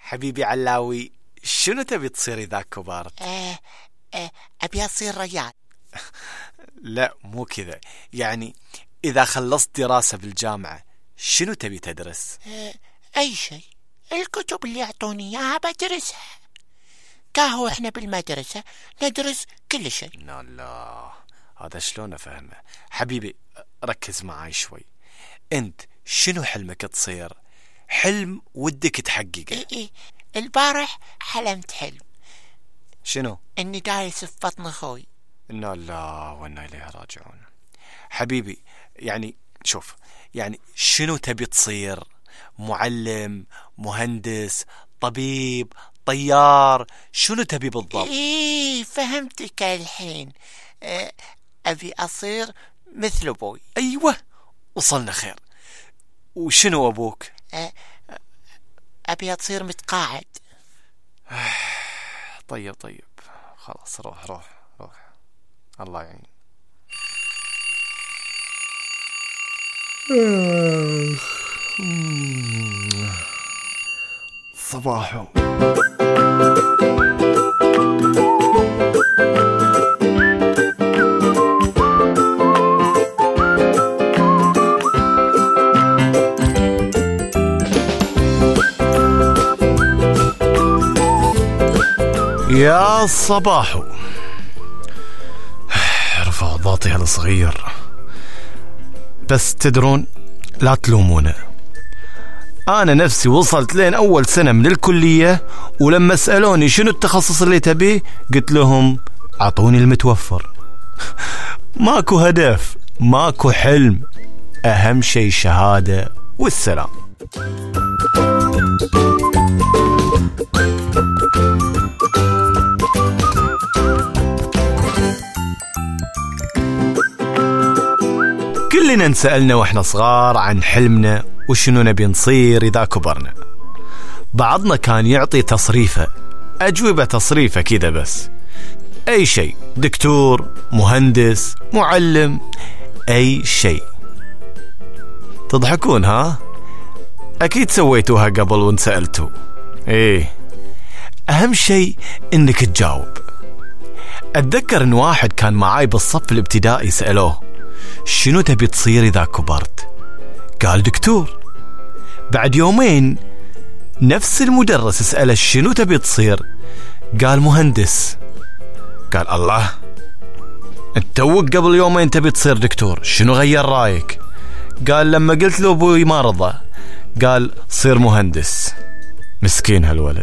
حبيبي علاوي، شنو تبي تصير إذا كبرت؟ أبي أصير ريال. لا مو كذا، يعني إذا خلصت دراسة بالجامعة شنو تبي تدرس؟ أي شيء، الكتب اللي يعطوني إياها بدرسها. كاهو إحنا بالمدرسة ندرس كل شيء. لا هذا شلون أفهمه؟ حبيبي ركز معاي شوي. أنت شنو حلمك تصير؟ حلم ودك تحققه؟ البارح حلمت حلم. شنو؟ إني دايس في بطن أخوي. إنا الله وإنا إليه راجعون. حبيبي يعني شوف، يعني شنو تبي تصير؟ معلم، مهندس، طبيب، طيار، شنو تبي بالضبط؟ فهمتك الحين. أبي أصير مثل أبوي. أيوة وصلنا خير. وشنو أبوك؟ أبي أصير متقاعد. طيب خلاص روح الله يعين. صباحو. يا صباحو. رفع ضغطي هالصغير، بس تدرون لا تلومونه، أنا نفسي وصلت لين أول سنة من الكلية، ولما سألوني شنو التخصص اللي تبيه قلت لهم عطوني المتوفر. ماكو هدف، ماكو حلم، أهم شيء شهادة والسلام. كلنا نسألنا وإحنا صغار عن حلمنا وشنو نبي نصير إذا كبرنا. بعضنا كان يعطي تصريفة، أجوبة تصريفة كذا بس، أي شيء، دكتور، مهندس، معلم، أي شيء. تضحكون ها؟ أكيد سويتوها قبل وانسألتوا. أهم شيء إنك تجاوب. أتذكر إن واحد كان معاي بالصف الابتدائي سألوه شنو تبي تصير إذا كبرت؟ قال دكتور. بعد يومين نفس المدرس سأله شنو تبي تصير؟ قال مهندس. قال الله، انت توك قبل يومين تبي تصير دكتور، شنو غير رايك؟ قال لما قلت له ابوي ما رضى، قال صير مهندس. مسكين هالولد.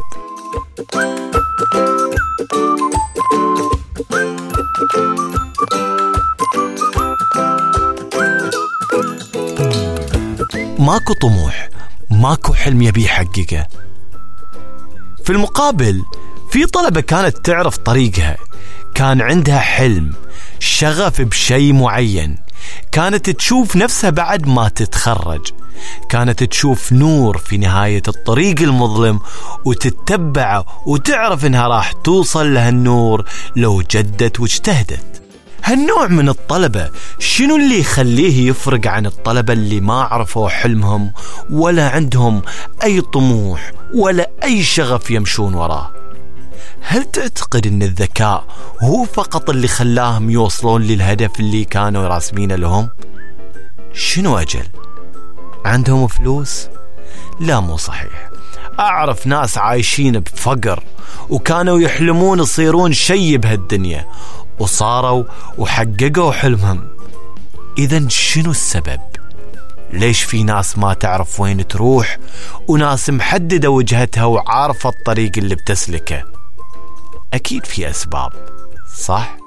ماكو طموح، ماكو حلم يبي يحققه. في المقابل في طلبة كانت تعرف طريقها، كان عندها حلم، شغف بشيء معين، كانت تشوف نفسها بعد ما تتخرج، كانت تشوف نور في نهاية الطريق المظلم وتتبعه وتعرف انها راح توصل لهالنور لو جدت واجتهدت. هالنوع من الطلبة شنو اللي يخليه يفرق عن الطلبة اللي ما عرفوا حلمهم ولا عندهم أي طموح ولا أي شغف يمشون وراه؟ هل تعتقد أن الذكاء هو فقط اللي خلاهم يوصلون للهدف اللي كانوا راسمينه لهم؟ شنو أجل؟ عندهم فلوس؟ لا مو صحيح. أعرف ناس عايشين بفقر وكانوا يحلمون يصيرون شيء بهالدنيا وصاروا وحققوا حلمهم. إذن شنو السبب؟ ليش في ناس ما تعرف وين تروح وناس محددة وجهتها وعارفة الطريق اللي بتسلكه؟ أكيد في أسباب، صح؟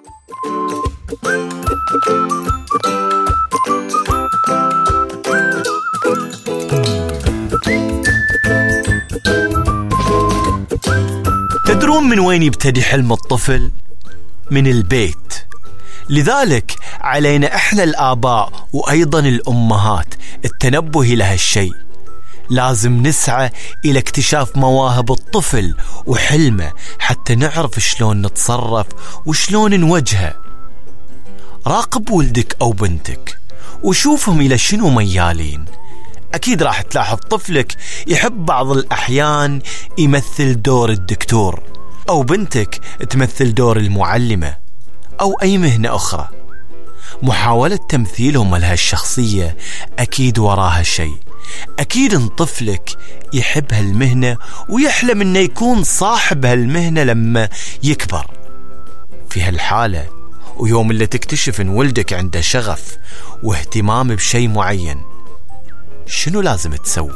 تدرون من وين يبتدي حلم الطفل؟ من البيت. لذلك علينا إحنا الآباء وأيضا الأمهات التنبه لهالشيء. لازم نسعى إلى اكتشاف مواهب الطفل وحلمه حتى نعرف شلون نتصرف وشلون نوجهه. راقب ولدك أو بنتك وشوفهم إلى شنو ميالين، أكيد راح تلاحظ طفلك يحب بعض الأحيان يمثل دور الدكتور، أو بنتك تمثل دور المعلمة، أو أي مهنة أخرى. محاولة تمثيلهم لهالشخصية أكيد وراها شيء. أكيد إن طفلك يحب هالمهنة ويحلم إنه يكون صاحب هالمهنة لما يكبر. في هالحالة ويوم اللي تكتشف إن ولدك عنده شغف واهتمام بشيء معين، شنو لازم تسوي؟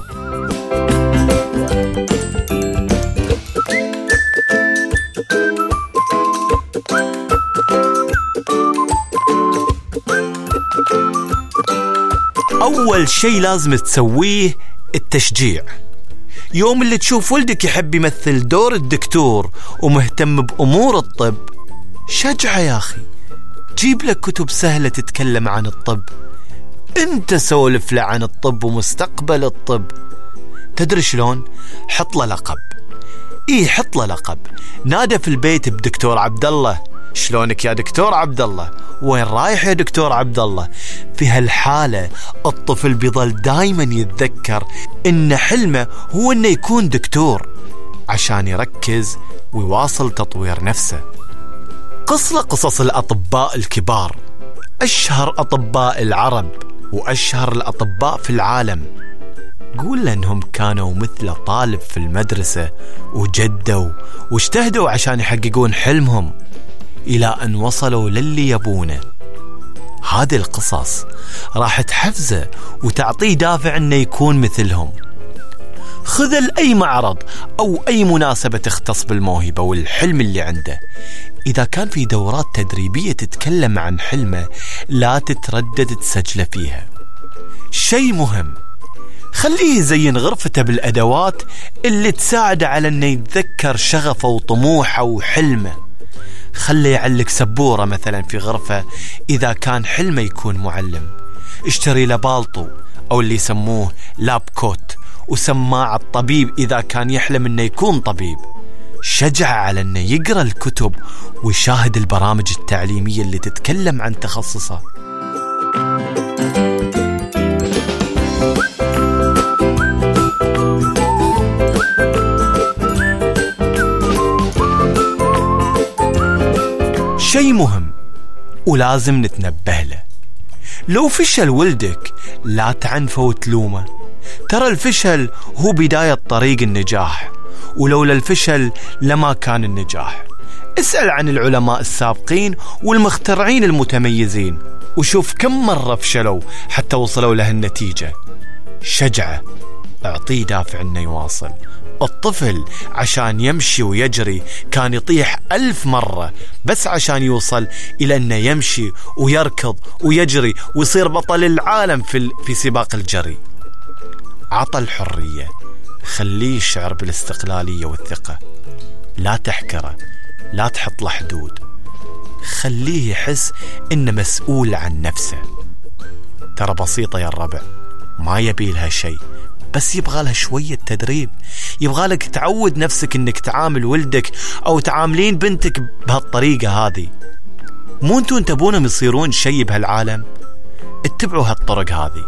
أول شيء لازم تسويه التشجيع. يوم اللي تشوف ولدك يحب يمثل دور الدكتور ومهتم بأمور الطب، شجعه يا أخي. جيب لك كتب سهلة تتكلم عن الطب، انت سولف له عن الطب ومستقبل الطب. تدري شلون؟ حط له لقب. حط له لقب. نادى في البيت بدكتور عبد الله. شلونك يا دكتور عبد الله؟ وين رايح يا دكتور عبد الله؟ في هالحالة الطفل بيظل دايما يتذكر ان حلمه هو انه يكون دكتور، عشان يركز ويواصل تطوير نفسه. قص قصص الأطباء الكبار، أشهر أطباء العرب وأشهر الأطباء في العالم. قول لأنهم كانوا مثل طالب في المدرسة وجدوا واجتهدوا عشان يحققون حلمهم إلى أن وصلوا للي يبونه. هذه القصص راح تحفزه وتعطيه دافع أنه يكون مثلهم. خذ أي معرض أو أي مناسبة تختص بالموهبة والحلم اللي عنده. إذا كان في دورات تدريبية تتكلم عن حلمه، لا تتردد تسجله فيها. شيء مهم، خليه يزين غرفته بالأدوات اللي تساعده على أنه يتذكر شغفه وطموحه وحلمه. خليه يعلق سبورة مثلا في غرفة إذا كان حلمه يكون معلم. اشتري له بالطو أو اللي يسموه لاب كوت، وسماعة الطبيب إذا كان يحلم أنه يكون طبيب. شجعه على أنه يقرأ الكتب ويشاهد البرامج التعليمية اللي تتكلم عن تخصصه. شيء مهم ولازم نتنبه له، لو فشل ولدك لا تعنفه وتلومه. ترى الفشل هو بداية طريق النجاح، ولولا الفشل لما كان النجاح. اسأل عن العلماء السابقين والمخترعين المتميزين وشوف كم مرة فشلوا حتى وصلوا له النتيجة. شجعه، اعطيه دافع انه يواصل. الطفل عشان يمشي ويجري كان يطيح 1000 مرة بس عشان يوصل إلى أنه يمشي ويركض ويجري ويصير بطل العالم في سباق الجري. عطى الحرية، خليه يشعر بالاستقلالية والثقة. لا تحكره، لا تحط له حدود، خليه يحس إنه مسؤول عن نفسه. ترى بسيطة يا الربع، ما يبي لها شيء، بس يبغى لها شوية تدريب. يبغى لك تعود نفسك انك تعامل ولدك او تعاملين بنتك بهالطريقة هذه. مو انتون تبونهم يصيرون شيء بهالعالم؟ اتبعوا هالطرق هذه.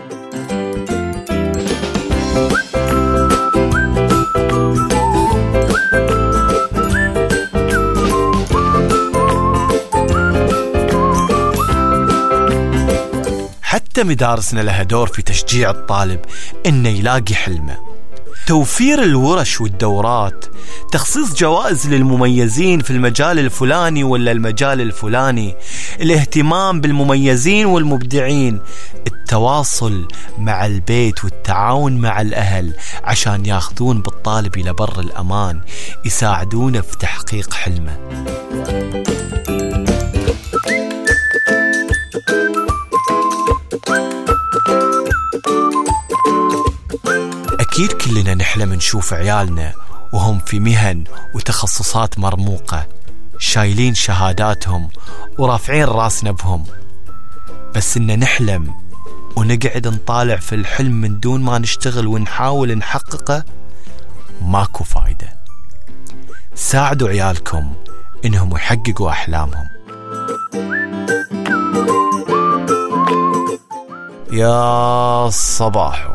حتى مدارسنا لها دور في تشجيع الطالب إنه يلاقي حلمه. توفير الورش والدورات، تخصيص جوائز للمميزين في المجال الفلاني ولا المجال الفلاني، الاهتمام بالمميزين والمبدعين، التواصل مع البيت والتعاون مع الأهل عشان ياخذون بالطالب إلى بر الأمان، يساعدونه في تحقيق حلمه. أكيد كلنا نحلم نشوف عيالنا وهم في مهن وتخصصات مرموقة، شايلين شهاداتهم ورافعين راسنا بهم. بس إن نحلم ونقعد نطالع في الحلم من دون ما نشتغل ونحاول نحققه، ماكو فايدة. ساعدوا عيالكم إنهم يحققوا أحلامهم. يا صباح.